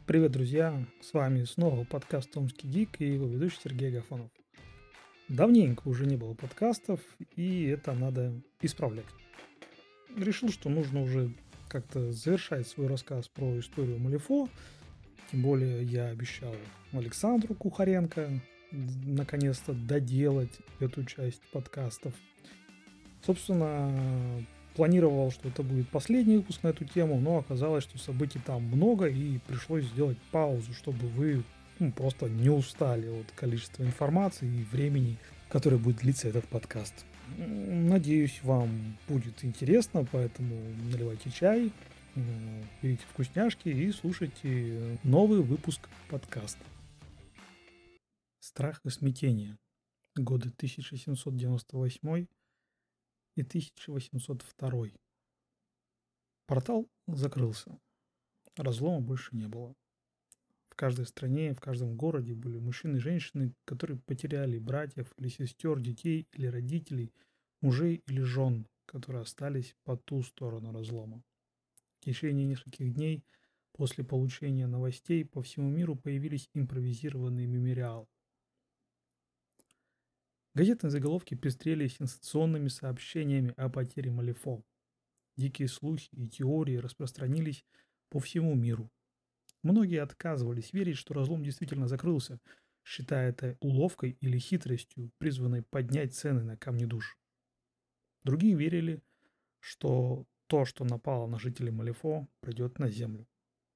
Привет, друзья! С вами снова подкаст «Томский гик» и его ведущий Сергей Агафонов. Давненько уже не было подкастов, и это надо исправлять. Решил, что нужно уже как-то завершать свой рассказ про историю Малифо. Тем более я обещал Александру Кухаренко наконец-то доделать эту часть подкастов. Собственно, планировал, что это будет последний выпуск на эту тему, но оказалось, что событий там много, и пришлось сделать паузу, чтобы вы просто не устали от количества информации и времени, которое будет длиться этот подкаст. Надеюсь, вам будет интересно, поэтому наливайте чай, берите вкусняшки и слушайте новый выпуск подкаста. Страх и смятение. Годы 1798 и 1802. Портал закрылся. Разлома больше не было. В каждой стране, в каждом городе были мужчины и женщины, которые потеряли братьев или сестер, детей или родителей, мужей или жен, которые остались по ту сторону разлома. В течение нескольких дней после получения новостей по всему миру появились импровизированные мемориалы. Газетные заголовки пестрели сенсационными сообщениями о потере Малифо. Дикие слухи и теории распространились по всему миру. Многие отказывались верить, что разлом действительно закрылся, считая это уловкой или хитростью, призванной поднять цены на камни душ. Другие верили, что то, что напало на жителей Малифо, придет на землю.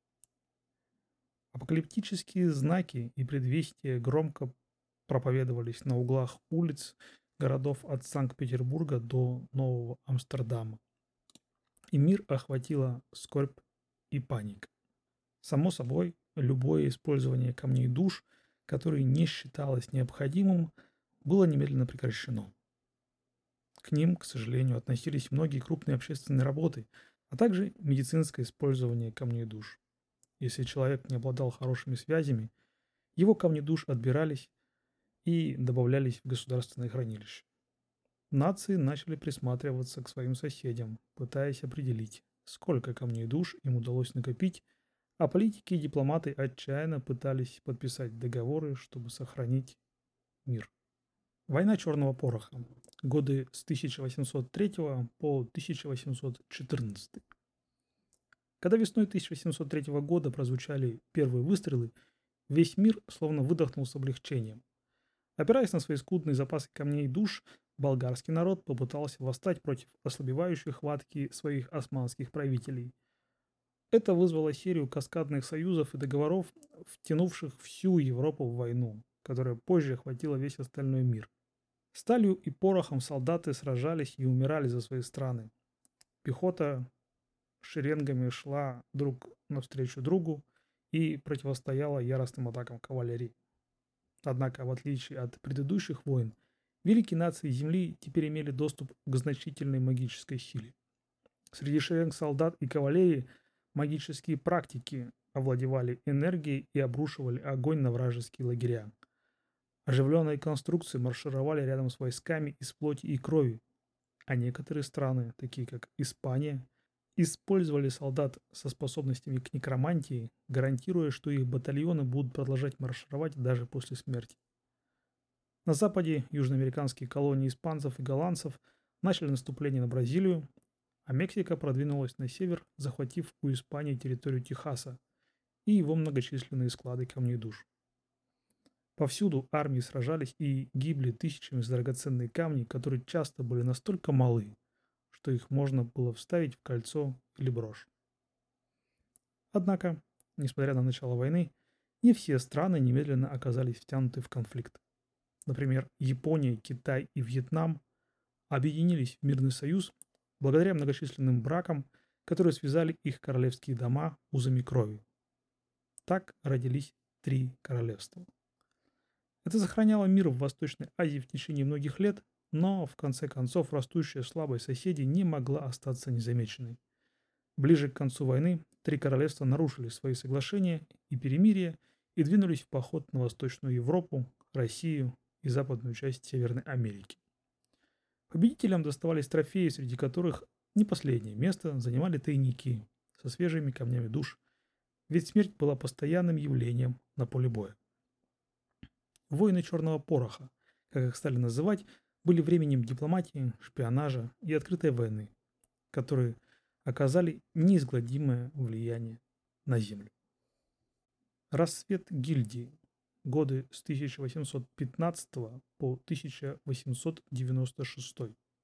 Апокалиптические знаки и предвестия громко проповедовались на углах улиц городов от Санкт-Петербурга до Нового Амстердама. И мир охватила скорбь и паника. Само собой, любое использование камней душ, которое не считалось необходимым, было немедленно прекращено. К ним, к сожалению, относились многие крупные общественные работы, а также медицинское использование камней душ. Если человек не обладал хорошими связями, его камни душ отбирались и добавлялись в государственные хранилища. Нации начали присматриваться к своим соседям, пытаясь определить, сколько камней душ им удалось накопить, а политики и дипломаты отчаянно пытались подписать договоры, чтобы сохранить мир. Война черного пороха. Годы с 1803 по 1814. Когда весной 1803 года прозвучали первые выстрелы, весь мир словно выдохнул с облегчением. Опираясь на свои скудные запасы камней душ, болгарский народ попытался восстать против ослабевающей хватки своих османских правителей. Это вызвало серию каскадных союзов и договоров, втянувших всю Европу в войну, которая позже охватила весь остальной мир. Сталью и порохом солдаты сражались и умирали за свои страны. Пехота шеренгами шла друг навстречу другу и противостояла яростным атакам кавалерии. Однако, в отличие от предыдущих войн, великие нации Земли теперь имели доступ к значительной магической силе. Среди шеренг солдат и кавалерии магические практики овладевали энергией и обрушивали огонь на вражеские лагеря. Оживленные конструкции маршировали рядом с войсками из плоти и крови, а некоторые страны, такие как Испания, использовали солдат со способностями к некромантии, гарантируя, что их батальоны будут продолжать маршировать даже после смерти. На западе южноамериканские колонии испанцев и голландцев начали наступление на Бразилию, а Мексика продвинулась на север, захватив у Испании территорию Техаса и его многочисленные склады камней душ. Повсюду армии сражались и гибли тысячами за драгоценные камни, которые часто были настолько малы, что их можно было вставить в кольцо или брошь. Однако, несмотря на начало войны, не все страны немедленно оказались втянуты в конфликт. Например, Япония, Китай и Вьетнам объединились в мирный союз благодаря многочисленным бракам, которые связали их королевские дома узами крови. Так родились три королевства. Это сохраняло мир в Восточной Азии в течение многих лет, но в конце концов растущая слабость соседей не могла остаться незамеченной. Ближе к концу войны три королевства нарушили свои соглашения и перемирия и двинулись в поход на Восточную Европу, Россию и западную часть Северной Америки. Победителям доставались трофеи, среди которых не последнее место занимали тайники со свежими камнями душ, ведь смерть была постоянным явлением на поле боя. Войны черного пороха, как их стали называть, были временем дипломатии, шпионажа и открытой войны, которые оказали неизгладимое влияние на Землю. Рассвет гильдии. Годы с 1815 по 1896.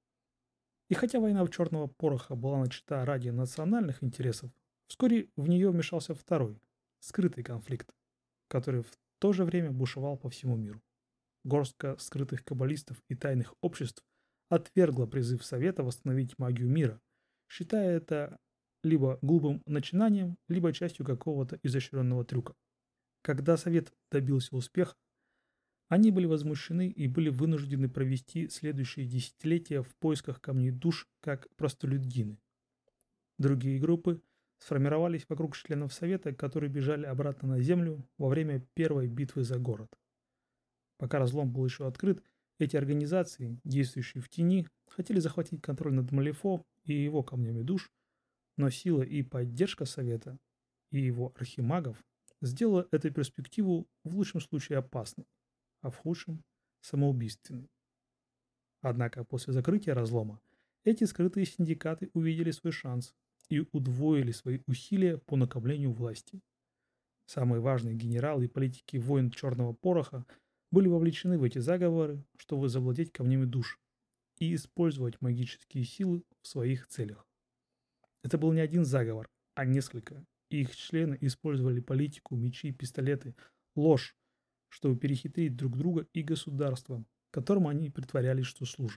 И хотя война черного пороха была начата ради национальных интересов, вскоре в нее вмешался второй, скрытый конфликт, который в то же время бушевал по всему миру. Горстка скрытых каббалистов и тайных обществ отвергла призыв Совета восстановить магию мира, считая это либо глупым начинанием, либо частью какого-то изощренного трюка. Когда Совет добился успеха, они были возмущены и были вынуждены провести следующие десятилетия в поисках камней душ как простолюдины. Другие группы сформировались вокруг членов Совета, которые бежали обратно на Землю во время первой битвы за город. Пока разлом был еще открыт, эти организации, действующие в тени, хотели захватить контроль над Малифо и его камнями душ, но сила и поддержка Совета и его архимагов сделала эту перспективу в лучшем случае опасной, а в худшем – самоубийственной. Однако после закрытия разлома эти скрытые синдикаты увидели свой шанс и удвоили свои усилия по накоплению власти. Самые важные генералы и политики войн черного пороха были вовлечены в эти заговоры, чтобы завладеть камнями душ и использовать магические силы в своих целях. Это был не один заговор, а несколько, и их члены использовали политику, мечи, пистолеты, ложь, чтобы перехитрить друг друга и государство, которому они притворялись, что служат.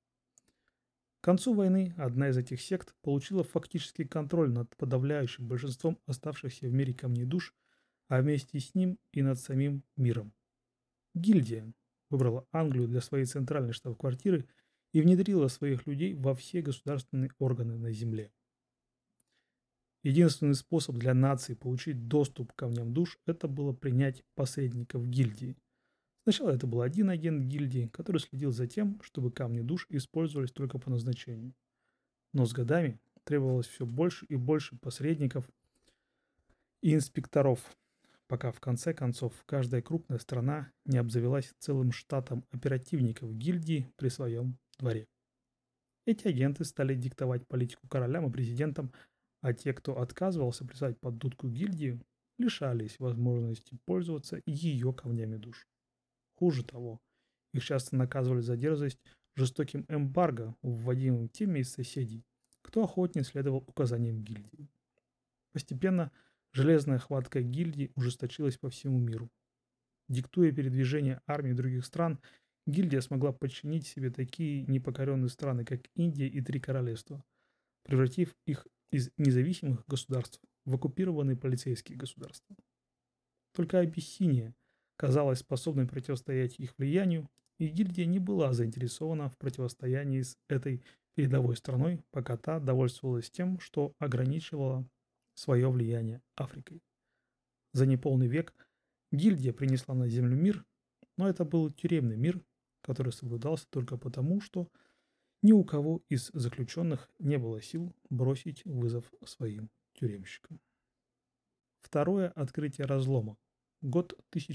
К концу войны одна из этих сект получила фактический контроль над подавляющим большинством оставшихся в мире камней душ, а вместе с ним и над самим миром. Гильдия выбрала Англию для своей центральной штаб-квартиры и внедрила своих людей во все государственные органы на Земле. Единственный способ для нации получить доступ к камням душ – это было принять посредников гильдии. Сначала это был один агент гильдии, который следил за тем, чтобы камни душ использовались только по назначению. Но с годами требовалось все больше и больше посредников и инспекторов, пока в конце концов каждая крупная страна не обзавелась целым штатом оперативников гильдии при своем дворе. Эти агенты стали диктовать политику королям и президентам, а те, кто отказывался плясать под дудку гильдии, лишались возможности пользоваться ее камнями душ. Хуже того, их часто наказывали за дерзость жестоким эмбарго, вводимым теми из соседей, кто охотнее следовал указаниям гильдии. Постепенно железная хватка гильдии ужесточилась по всему миру. Диктуя передвижение армий других стран, гильдия смогла подчинить себе такие непокоренные страны, как Индия и Три королевства, превратив их из независимых государств в оккупированные полицейские государства. Только Абиссиния казалась способной противостоять их влиянию, и гильдия не была заинтересована в противостоянии с этой передовой страной, пока та довольствовалась тем, что ограничивала свое влияние Африкой. За неполный век гильдия принесла на Землю мир, но это был тюремный мир, который соблюдался только потому, что ни у кого из заключенных не было сил бросить вызов своим тюремщикам. Второе открытие разлома. Год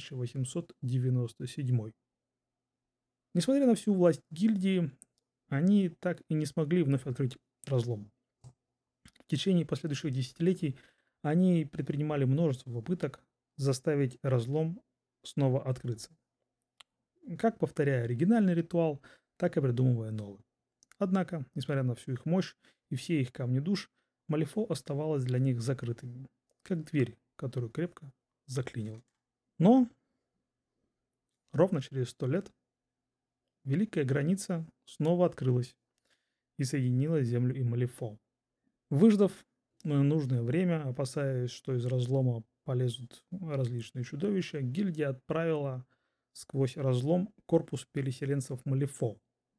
1897. Несмотря на всю власть гильдии, они так и не смогли вновь открыть разлом. В течение последующих десятилетий они предпринимали множество попыток заставить разлом снова открыться, как повторяя оригинальный ритуал, так и придумывая новый. Однако, несмотря на всю их мощь и все их камни душ, Малифо оставалось для них закрытыми, как дверь, которую крепко заклинило. Но ровно через 100 лет Великая Граница снова открылась и соединила Землю и Малифо. Выждав нужное время, опасаясь, что из разлома полезут различные чудовища, гильдия отправила сквозь разлом корпус переселенцев Малифо.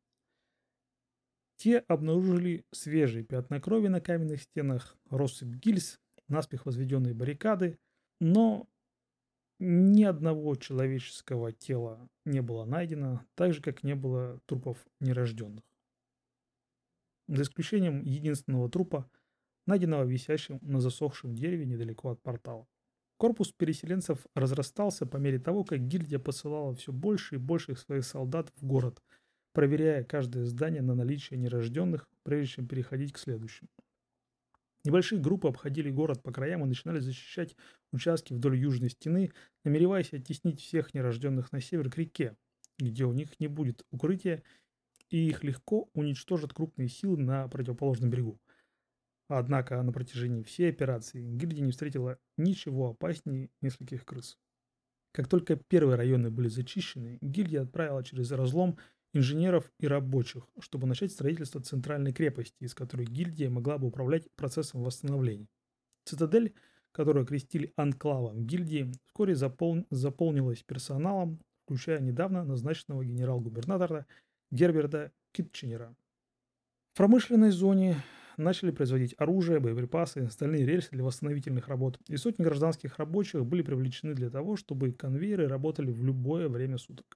Те обнаружили свежие пятна крови на каменных стенах, россыпь гильз, наспех возведенные баррикады, но ни одного человеческого тела не было найдено, так же, как не было трупов нерожденных. За исключением единственного трупа, найденного висящим на засохшем дереве недалеко от портала. Корпус переселенцев разрастался по мере того, как гильдия посылала все больше и больше своих солдат в город, проверяя каждое здание на наличие нерожденных, прежде чем переходить к следующему. Небольшие группы обходили город по краям и начинали защищать участки вдоль южной стены, намереваясь оттеснить всех нерожденных на север к реке, где у них не будет укрытия, и их легко уничтожат крупные силы на противоположном берегу. Однако на протяжении всей операции гильдия не встретила ничего опаснее нескольких крыс. Как только первые районы были зачищены, гильдия отправила через разлом инженеров и рабочих, чтобы начать строительство центральной крепости, из которой гильдия могла бы управлять процессом восстановления. Цитадель, которую окрестили анклавом гильдии, вскоре заполнилась персоналом, включая недавно назначенного генерал-губернатора Герберта Китченера. В промышленной зоне начали производить оружие, боеприпасы, стальные рельсы для восстановительных работ, и сотни гражданских рабочих были привлечены для того, чтобы конвейеры работали в любое время суток.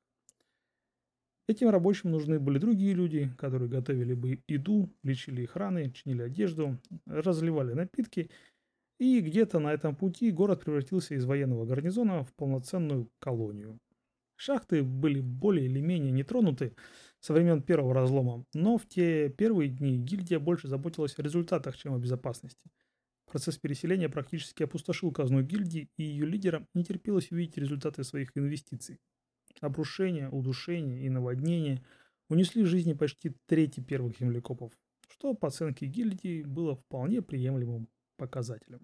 Этим рабочим нужны были другие люди, которые готовили бы еду, лечили их раны, чинили одежду, разливали напитки, и где-то на этом пути город превратился из военного гарнизона в полноценную колонию. Шахты были более или менее нетронуты со времен первого разлома, но в те первые дни гильдия больше заботилась о результатах, чем о безопасности. Процесс переселения практически опустошил казну гильдии, и ее лидерам не терпелось увидеть результаты своих инвестиций. Обрушение, удушение и наводнение унесли жизни почти трети первых землекопов, что по оценке гильдии было вполне приемлемым показателем.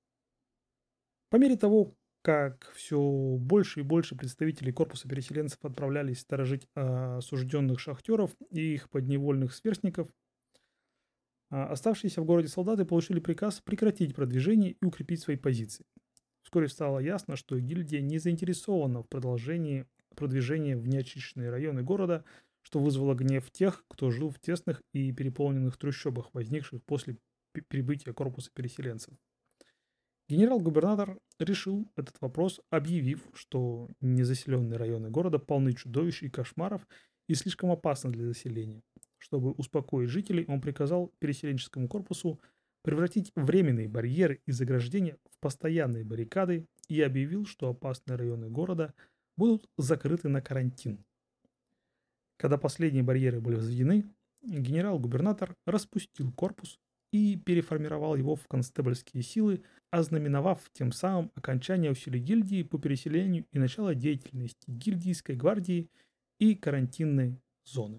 По мере того, как все больше и больше представителей корпуса переселенцев отправлялись сторожить осужденных шахтеров и их подневольных сверстников, оставшиеся в городе солдаты получили приказ прекратить продвижение и укрепить свои позиции. Вскоре стало ясно, что гильдия не заинтересована в продолжении продвижения в неочищенные районы города, что вызвало гнев тех, кто жил в тесных и переполненных трущобах, возникших после прибытия корпуса переселенцев. Генерал-губернатор решил этот вопрос, объявив, что незаселенные районы города полны чудовищ и кошмаров и слишком опасны для заселения. Чтобы успокоить жителей, он приказал переселенческому корпусу превратить временные барьеры и заграждения в постоянные баррикады и объявил, что опасные районы города будут закрыты на карантин. Когда последние барьеры были возведены, генерал-губернатор распустил корпус и переформировал его в констебльские силы, ознаменовав тем самым окончание усилий гильдии по переселению и начало деятельности гильдийской гвардии и карантинной зоны.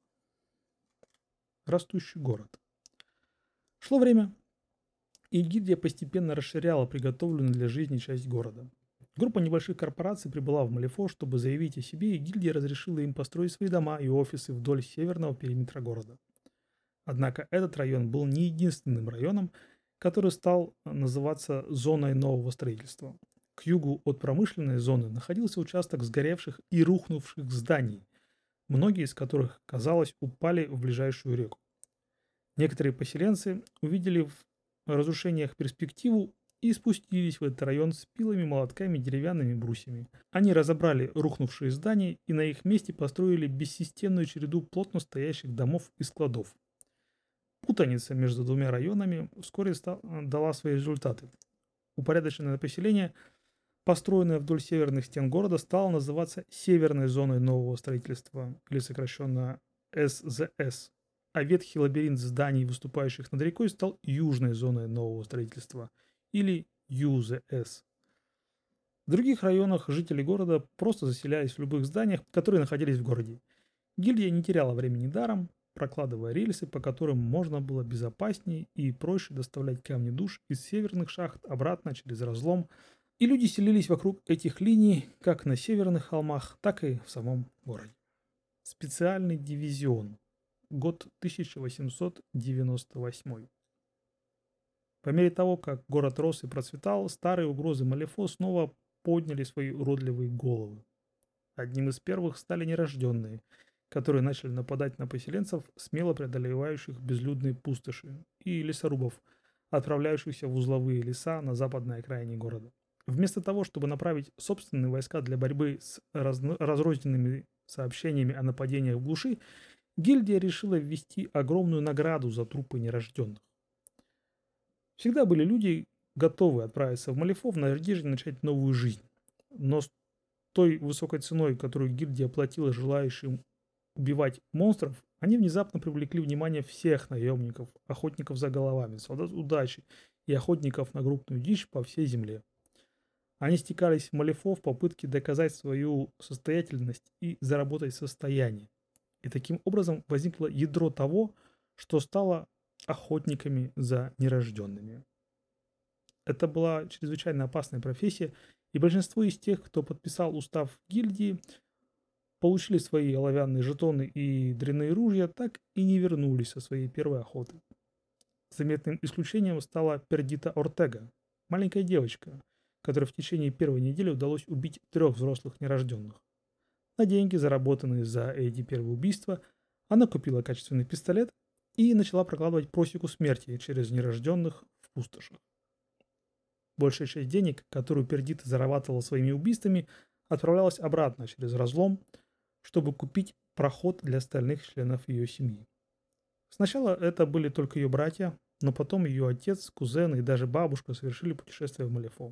Растущий город. Шло время, и гильдия постепенно расширяла приготовленную для жизни часть города. Группа небольших корпораций прибыла в Малифо, чтобы заявить о себе, и гильдия разрешила им построить свои дома и офисы вдоль северного периметра города. Однако этот район был не единственным районом, который стал называться зоной нового строительства. К югу от промышленной зоны находился участок сгоревших и рухнувших зданий, многие из которых, казалось, упали в ближайшую реку. Некоторые поселенцы увидели в разрушениях перспективу и спустились в этот район с пилами, молотками, деревянными брусьями. Они разобрали рухнувшие здания и на их месте построили бессистемную череду плотно стоящих домов и складов. Путаница между двумя районами вскоре дала свои результаты. Упорядоченное поселение, построенное вдоль северных стен города, стало называться Северной зоной нового строительства, или сокращенно СЗС, а ветхий лабиринт зданий, выступающих над рекой, стал Южной зоной нового строительства, или ЮЗС. В других районах жители города просто заселялись в любых зданиях, которые находились в городе. Гильдия не теряла времени даром, прокладывая рельсы, по которым можно было безопаснее и проще доставлять камни душ из северных шахт обратно через разлом, и люди селились вокруг этих линий как на северных холмах, так и в самом городе. Специальный дивизион. Год 1898. По мере того, как город рос и процветал, старые угрозы Малифо снова подняли свои уродливые головы. Одним из первых стали нерожденные, которые начали нападать на поселенцев, смело преодолевающих безлюдные пустоши, и лесорубов, отправляющихся в узловые леса на западной окраине города. Вместо того, чтобы направить собственные войска для борьбы с разрозненными сообщениями о нападениях в глуши, гильдия решила ввести огромную награду за трупы нерожденных. Всегда были люди, готовы отправиться в Малифо в надежде начать новую жизнь. Но с той высокой ценой, которую гильдия платила желающим убивать монстров, они внезапно привлекли внимание всех наемников, охотников за головами, солдат удачи и охотников на крупную дичь по всей земле. Они стекались в Малифо в попытке доказать свою состоятельность и заработать состояние. И таким образом возникло ядро того, что стало охотниками за нерожденными. Это была чрезвычайно опасная профессия, и большинство из тех, кто подписал устав гильдии, получили свои оловянные жетоны и дрянные ружья, так и не вернулись со своей первой охоты. Заметным исключением стала Пердита Ортега, маленькая девочка, которой в течение первой недели удалось убить 3 взрослых нерожденных. На деньги, заработанные за эти первые убийства, она купила качественный пистолет и начала прокладывать просеку смерти через нерожденных в пустошах. Большая часть денег, которую Пердита зарабатывала своими убийствами, отправлялась обратно через разлом, чтобы купить проход для остальных членов ее семьи. Сначала это были только ее братья, но потом ее отец, кузены и даже бабушка совершили путешествие в Малифо.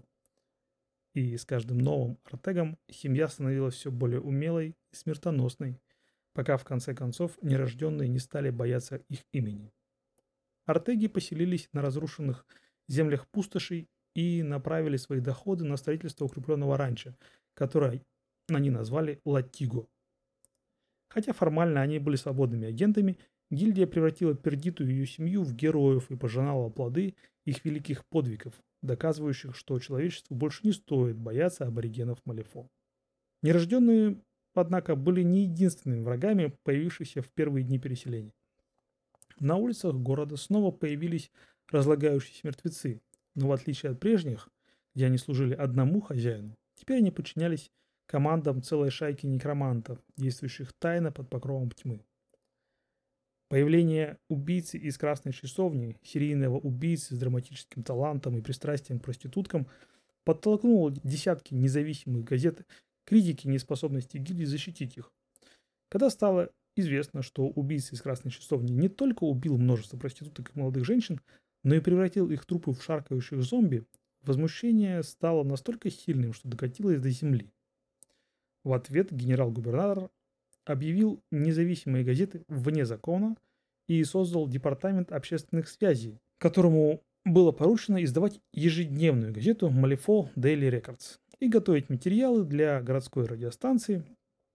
И с каждым новым Ортегом семья становилась все более умелой и смертоносной, пока в конце концов нерожденные не стали бояться их имени. Ортеги поселились на разрушенных землях пустошей и направили свои доходы на строительство укрепленного ранчо, которое они назвали Латиго. Хотя формально они были свободными агентами, гильдия превратила Пердиту и ее семью в героев и пожинала плоды их великих подвигов, доказывающих, что человечеству больше не стоит бояться аборигенов Малифо. Нерожденные, однако, были не единственными врагами, появившихся в первые дни переселения. На улицах города снова появились разлагающиеся мертвецы, но в отличие от прежних, где они служили одному хозяину, теперь они подчинялись командам целой шайки некромантов, действующих тайно под покровом тьмы. Появление убийцы из Красной часовни, серийного убийцы с драматическим талантом и пристрастием к проституткам, подтолкнуло десятки независимых газет к критике неспособности гильдии защитить их. Когда стало известно, что убийца из Красной часовни не только убил множество проституток и молодых женщин, но и превратил их трупы в шаркающих зомби, возмущение стало настолько сильным, что докатилось до земли. В ответ генерал-губернатор объявил независимые газеты вне закона и создал департамент общественных связей, которому было поручено издавать ежедневную газету Malifaux Daily Records и готовить материалы для городской радиостанции,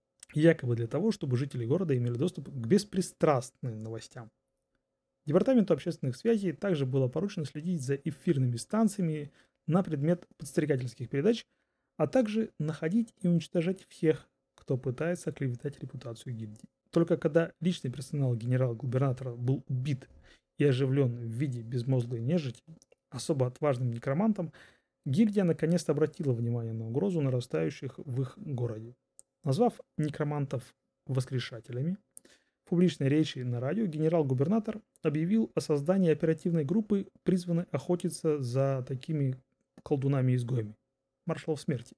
якобы для того, чтобы жители города имели доступ к беспристрастным новостям. Департаменту общественных связей также было поручено следить за эфирными станциями на предмет подстрекательских передач, а также находить и уничтожать всех, кто пытается клеветать репутацию гильдии. Только когда личный персонал генерал-губернатора был убит и оживлен в виде безмозглой нежити, особо отважным некромантом, гильдия наконец-то обратила внимание на угрозу нарастающих в их городе. Назвав некромантов воскрешателями, в публичной речи на радио генерал-губернатор объявил о создании оперативной группы, призванной охотиться за такими колдунами-изгоями – маршалов смерти.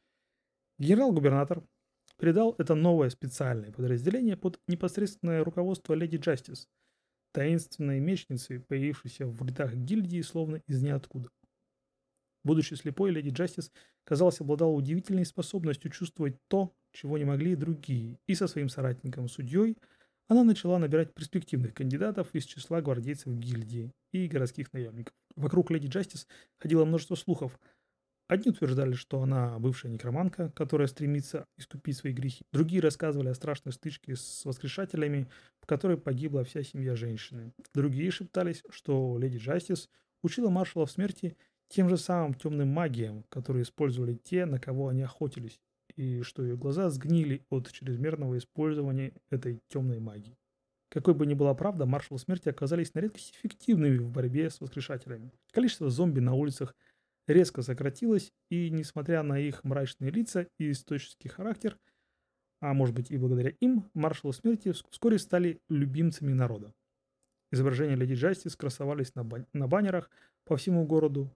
Генерал-губернатор передал это новое специальное подразделение под непосредственное руководство леди Джастис, таинственной мечницы, появившейся в рядах гильдии словно из ниоткуда. Будучи слепой, леди Джастис, казалось, обладала удивительной способностью чувствовать то, чего не могли и другие, и со своим соратником-судьей она начала набирать перспективных кандидатов из числа гвардейцев гильдии и городских наемников. Вокруг леди Джастис ходило множество слухов. Одни утверждали, что она бывшая некроманка, которая стремится искупить свои грехи. Другие рассказывали о страшной стычке с воскрешателями, в которой погибла вся семья женщины. Другие шептались, что леди Джастис учила маршалов смерти тем же самым темным магиям, которые использовали те, на кого они охотились, и что ее глаза сгнили от чрезмерного использования этой темной магии. Какой бы ни была правда, маршалы смерти оказались на редкость эффективными в борьбе с воскрешателями. Количество зомби на улицах резко сократилось, и несмотря на их мрачные лица и исторический характер, а может быть и благодаря им, маршалы смерти вскоре стали любимцами народа. Изображения леди Джастис красовались на баннерах по всему городу,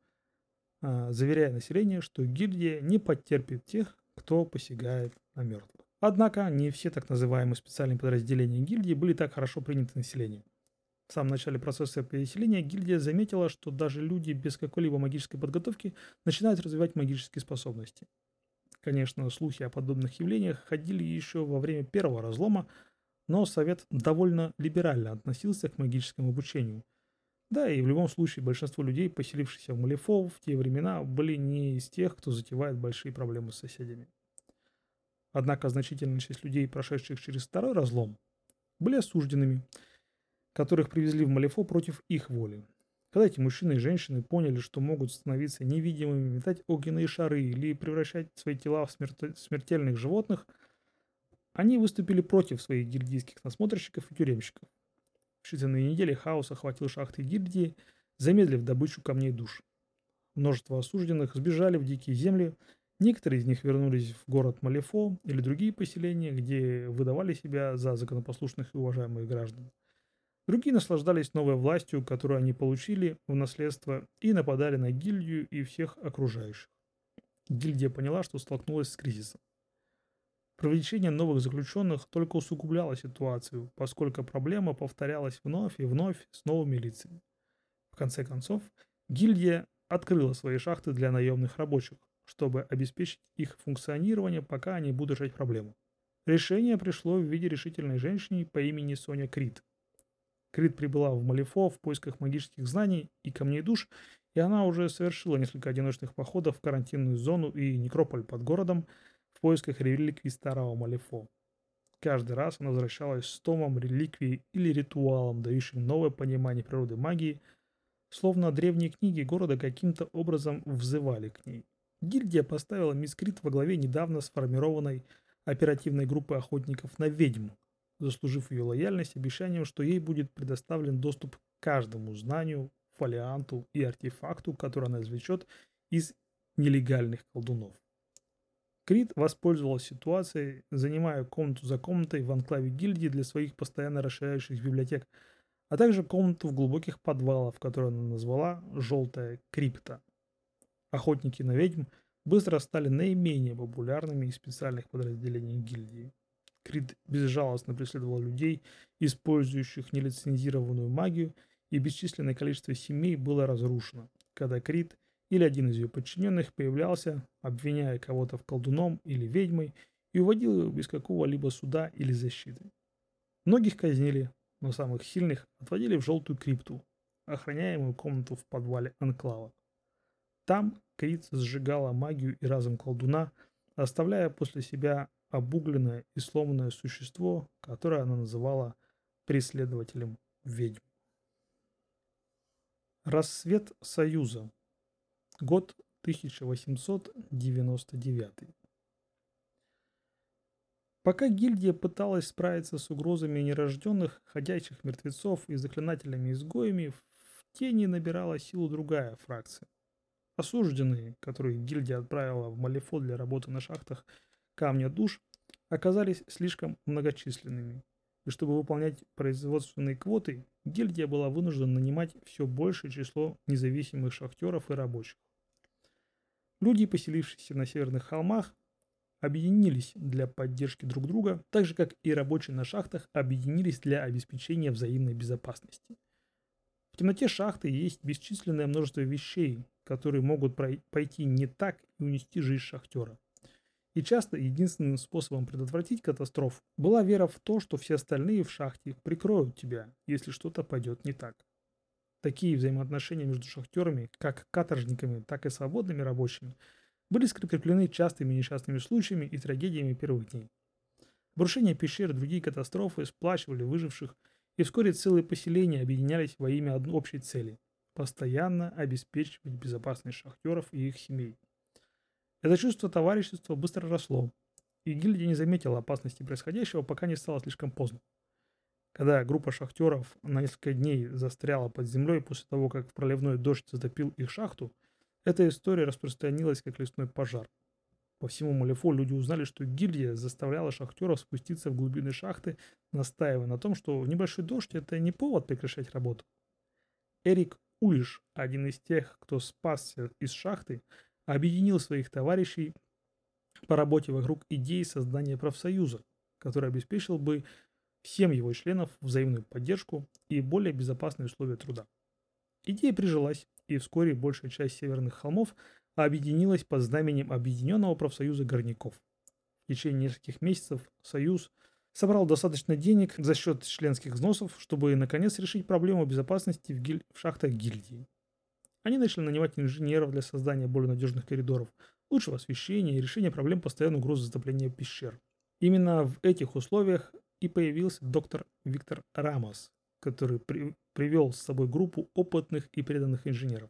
заверяя население, что гильдия не потерпит тех, кто посягает на мертвых. Однако не все так называемые специальные подразделения гильдии были так хорошо приняты населением. В самом начале процесса переселения гильдия заметила, что даже люди без какой-либо магической подготовки начинают развивать магические способности. Конечно, слухи о подобных явлениях ходили еще во время первого разлома, но совет довольно либерально относился к магическому обучению. Да, и в любом случае большинство людей, поселившихся в Малифо в те времена, были не из тех, кто затевает большие проблемы с соседями. Однако значительная часть людей, прошедших через второй разлом, были осужденными, которых привезли в Малифо против их воли. Когда эти мужчины и женщины поняли, что могут становиться невидимыми, метать огненные шары или превращать свои тела в смертельных животных, они выступили против своих гильдийских насмотрщиков и тюремщиков. В считанные недели хаос охватил шахты гильдии, замедлив добычу камней душ. Множество осужденных сбежали в дикие земли, некоторые из них вернулись в город Малифо или другие поселения, где выдавали себя за законопослушных и уважаемых граждан. Другие наслаждались новой властью, которую они получили в наследство, и нападали на гильдию и всех окружающих. Гильдия поняла, что столкнулась с кризисом. Привлечение новых заключенных только усугубляло ситуацию, поскольку проблема повторялась вновь и вновь с новыми лицами. В конце концов, гильдия открыла свои шахты для наемных рабочих, чтобы обеспечить их функционирование, пока они будут решать проблему. Решение пришло в виде решительной женщины по имени Соня Крид. Крид прибыла в Малифо в поисках магических знаний и камней душ, и она уже совершила несколько одиночных походов в карантинную зону и некрополь под городом в поисках реликвий старого Малифо. Каждый раз она возвращалась с томом реликвии или ритуалом, дающим новое понимание природы магии, словно древние книги города каким-то образом взывали к ней. Гильдия поставила мисс Крид во главе недавно сформированной оперативной группы охотников на ведьм, заслужив ее лояльность обещанием, что ей будет предоставлен доступ к каждому знанию, фолианту и артефакту, который она извлечет из нелегальных колдунов. Крид воспользовалась ситуацией, занимая комнату за комнатой в анклаве гильдии для своих постоянно расширяющихся библиотек, а также комнату в глубоких подвалах, которую она назвала «Желтая крипта». Охотники на ведьм быстро стали наименее популярными из специальных подразделений гильдии. Крид безжалостно преследовал людей, использующих нелицензированную магию, и бесчисленное количество семей было разрушено, когда Крид или один из ее подчиненных появлялся, обвиняя кого-то в колдуном или ведьмой, и уводил его без какого-либо суда или защиты. Многих казнили, но самых сильных отводили в желтую крипту, охраняемую комнату в подвале анклава. Там Крид сжигала магию и разум колдуна, оставляя после себя обугленное и сломанное существо, которое она называла преследователем ведьм. Рассвет Союза. Год 1899. Пока гильдия пыталась справиться с угрозами нерожденных, ходячих мертвецов и заклинателями-изгоями, в тени набирала силу другая фракция. Осужденные, которых гильдия отправила в Малифо для работы на шахтах камня душ, оказались слишком многочисленными, и чтобы выполнять производственные квоты, гильдия была вынуждена нанимать все большее число независимых шахтеров и рабочих. Люди, поселившиеся на северных холмах, объединились для поддержки друг друга, так же как и рабочие на шахтах объединились для обеспечения взаимной безопасности. В темноте шахты есть бесчисленное множество вещей, которые могут пойти не так и унести жизнь шахтера. И часто единственным способом предотвратить катастрофу была вера в то, что все остальные в шахте прикроют тебя, если что-то пойдет не так. Такие взаимоотношения между шахтерами, как каторжниками, так и свободными рабочими, были скреплены частыми несчастными случаями и трагедиями первых дней. Обрушение пещер и другие катастрофы сплачивали выживших, и вскоре целые поселения объединялись во имя одной общей цели – постоянно обеспечивать безопасность шахтеров и их семей. Это чувство товарищества быстро росло, и гильдия не заметила опасности происходящего, пока не стало слишком поздно. Когда группа шахтеров на несколько дней застряла под землей после того, как проливной дождь затопил их шахту, эта история распространилась как лесной пожар. По всему Малифо люди узнали, что гильдия заставляла шахтеров спуститься в глубины шахты, настаивая на том, что небольшой дождь – это не повод прекращать работу. Эрик Улиш, один из тех, кто спасся из шахты, объединил своих товарищей по работе вокруг идеи создания профсоюза, который обеспечил бы всем его членам взаимную поддержку и более безопасные условия труда. Идея прижилась, и вскоре большая часть северных холмов объединилась под знаменем Объединенного профсоюза горняков. В течение нескольких месяцев Союз собрал достаточно денег за счет членских взносов, чтобы наконец решить проблему безопасности в шахтах гильдии. Они начали нанимать инженеров для создания более надежных коридоров, лучшего освещения и решения проблем постоянной угрозы затопления пещер. Именно в этих условиях и появился доктор Виктор Рамос, который привел с собой группу опытных и преданных инженеров.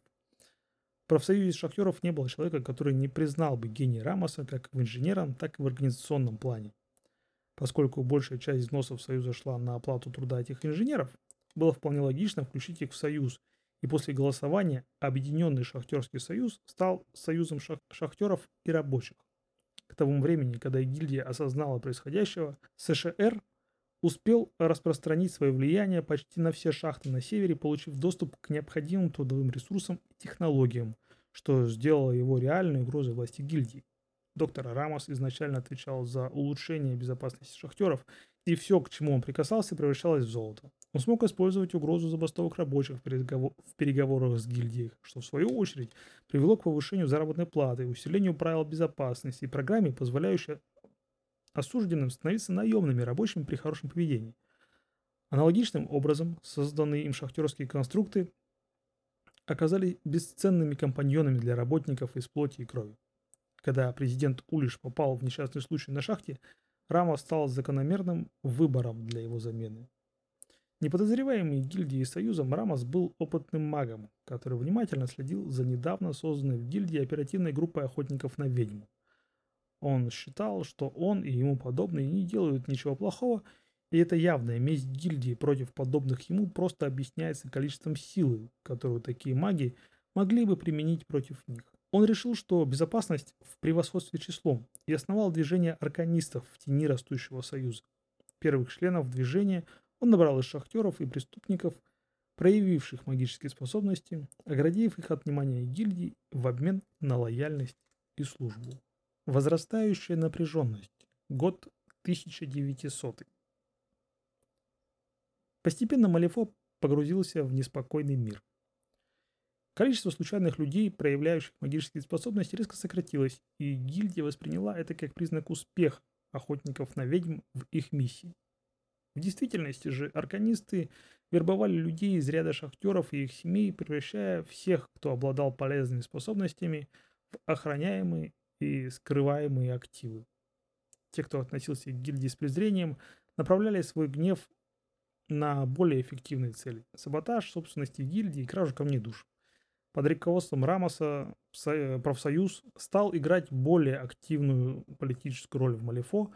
В профсоюзе шахтеров не было человека, который не признал бы гения Рамоса как в инженерном, так и в организационном плане. Поскольку большая часть взносов Союза шла на оплату труда этих инженеров, было вполне логично включить их в Союз, и после голосования Объединенный шахтерский союз стал союзом шахтеров и рабочих. К тому времени, когда гильдия осознала происходящего, США успел распространить свое влияние почти на все шахты на севере, получив доступ к необходимым трудовым ресурсам и технологиям, что сделало его реальной угрозой власти гильдии. Доктор Рамос изначально отвечал за улучшение безопасности шахтеров, и все, к чему он прикасался, превращалось в золото. Он смог использовать угрозу забастовок рабочих в переговорах с гильдией, что в свою очередь привело к повышению заработной платы, усилению правил безопасности и программе, позволяющей осужденным становиться наемными рабочими при хорошем поведении. Аналогичным образом созданные им шахтерские конструкты оказались бесценными компаньонами для работников из плоти и крови. Когда президент Улиш попал в несчастный случай на шахте, Рамос стал закономерным выбором для его замены. Неподозреваемый гильдией и союзом, Рамос был опытным магом, который внимательно следил за недавно созданной в гильдии оперативной группой охотников на ведьму. Он считал, что он и ему подобные не делают ничего плохого, и эта явная месть гильдии против подобных ему просто объясняется количеством силы, которую такие маги могли бы применить против них. Он решил, что безопасность в превосходстве числом, и основал движение арканистов в тени растущего союза. Первых членов движения он набрал из шахтеров и преступников, проявивших магические способности, оградив их от внимания гильдии в обмен на лояльность и службу. Возрастающая напряженность. Год 1900. Постепенно Малифо погрузился в неспокойный мир. Количество случайных людей, проявляющих магические способности, резко сократилось, и гильдия восприняла это как признак успеха охотников на ведьм в их миссии. В действительности же арканисты вербовали людей из ряда шахтеров и их семей, превращая всех, кто обладал полезными способностями, в охраняемые и скрываемые активы. Те, кто относился к гильдии с презрением, направляли свой гнев на более эффективные цели – саботаж собственности гильдии и кражу камней душ. Под руководством Рамоса профсоюз стал играть более активную политическую роль в Малифо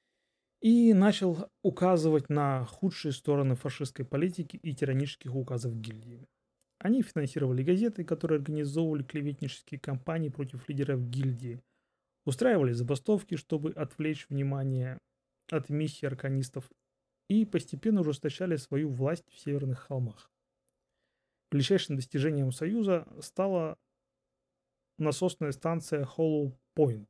и начал указывать на худшие стороны фашистской политики и тиранических указов гильдии. Они финансировали газеты, которые организовывали клеветнические кампании против лидеров гильдии, устраивали забастовки, чтобы отвлечь внимание от миссии арканистов, и постепенно ужесточали свою власть в северных холмах. Величайшим достижением Союза стала насосная станция Hollow Point.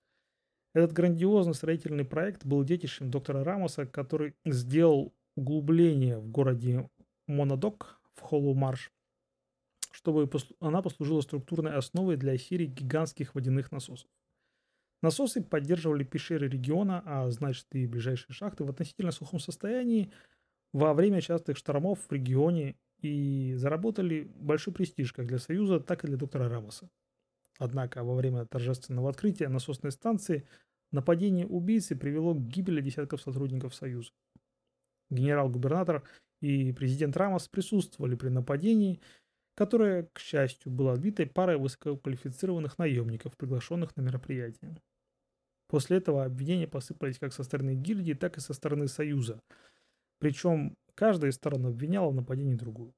Этот грандиозный строительный проект был детищем доктора Рамоса, который сделал углубление в городе Монадок в Hollow Marsh, чтобы она послужила структурной основой для серии гигантских водяных насосов. Насосы поддерживали пещеры региона, а значит и ближайшие шахты в относительно сухом состоянии во время частых штормов в регионе и заработали большой престиж как для Союза, так и для доктора Рамоса. Однако во время торжественного открытия насосной станции нападение убийцы привело к гибели десятков сотрудников Союза. Генерал-губернатор и президент Рамос присутствовали при нападении, которое, к счастью, было отбито парой высококвалифицированных наемников, приглашенных на мероприятие. После этого обвинения посыпались как со стороны гильдии, так и со стороны Союза. Причем каждая из сторон обвиняла в нападении другую.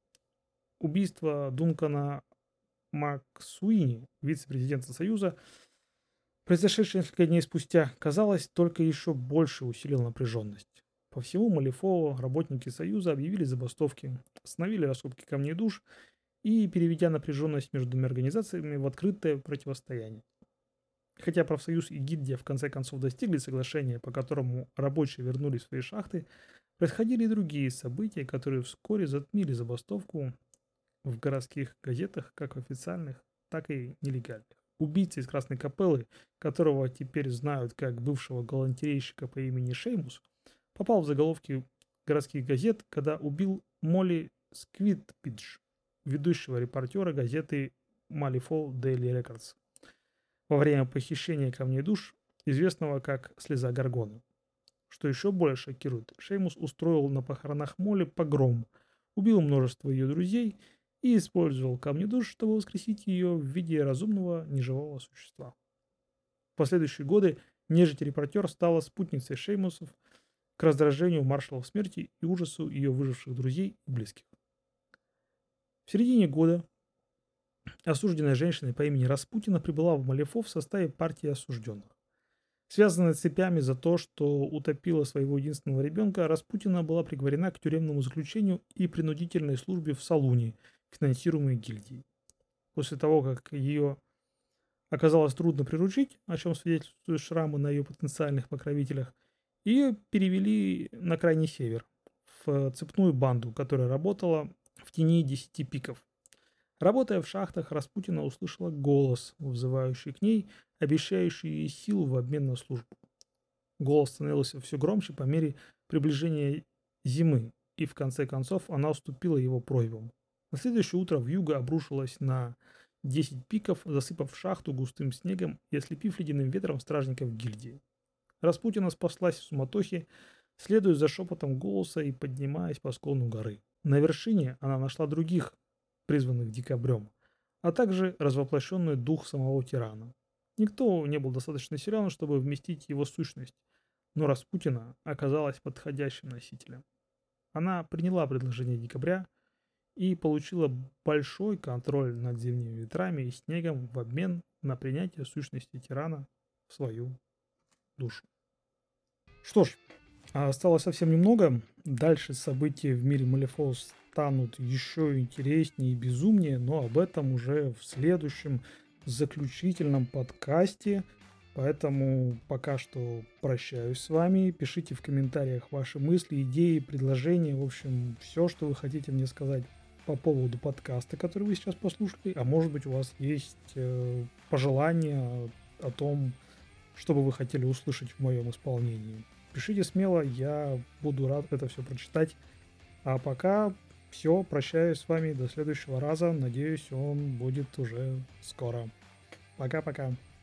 Убийство Дункана Максуини, вице-президента Союза, произошедшее несколько дней спустя, казалось, только еще больше усилило напряженность. По всему Малифо работники Союза объявили забастовки, остановили раскопки камней душ и переведя напряженность между двумя организациями в открытое противостояние. Хотя профсоюз и гильдия в конце концов достигли соглашения, по которому рабочие вернулись в свои шахты, происходили и другие события, которые вскоре затмили забастовку в городских газетах, как официальных, так и нелегальных. Убийца из Красной Капеллы, которого теперь знают как бывшего галантерейщика по имени Шеймус, попал в заголовки городских газет, когда убил Молли Сквитпидж, ведущего репортера газеты Malifaux Daily Records, во время похищения камней душ, известного как «Слеза Гаргона». Что еще более шокирует, Шеймус устроил на похоронах Молли погром, убил множество ее друзей и использовал камни душ, чтобы воскресить ее в виде разумного неживого существа. В последующие годы нежить-репортер стала спутницей Шеймусов к раздражению маршалов смерти и ужасу ее выживших друзей и близких. В середине года осужденная женщина по имени Распутина прибыла в Малифо в составе партии осужденных. Связанная цепями за то, что утопила своего единственного ребенка, Распутина была приговорена к тюремному заключению и принудительной службе в салуне, финансируемой гильдией. После того, как ее оказалось трудно приручить, о чем свидетельствуют шрамы на ее потенциальных покровителях, ее перевели на крайний север, в цепную банду, которая работала в тени 10 пиков. Работая в шахтах, Распутина услышала голос, взывающий к ней, обещающий ей силу в обмен на службу. Голос становился все громче по мере приближения зимы, и в конце концов она уступила его просьбам. На следующее утро вьюга обрушилась на 10 пиков, засыпав шахту густым снегом и ослепив ледяным ветром стражников гильдии. Распутина спаслась в суматохе, следуя за шепотом голоса и поднимаясь по склону горы. На вершине она нашла других, призванных декабрем, а также развоплощенный дух самого тирана. Никто не был достаточно силен, чтобы вместить его сущность, но Распутина оказалась подходящим носителем. Она приняла предложение декабря и получила большой контроль над зимними ветрами и снегом в обмен на принятие сущности тирана в свою душу. Что ж, осталось совсем немного. Дальше события в мире Малифо станут еще интереснее и безумнее, но об этом уже в следующем заключительном подкасте. Поэтому пока что прощаюсь с вами. Пишите в комментариях ваши мысли, идеи, предложения. В общем, все, что вы хотите мне сказать по поводу подкаста, который вы сейчас послушали. А может быть, у вас есть пожелания о том, что бы вы хотели услышать в моем исполнении. Пишите смело, я буду рад это все прочитать. А пока все, прощаюсь с вами до следующего раза. Надеюсь, он будет уже скоро. Пока-пока.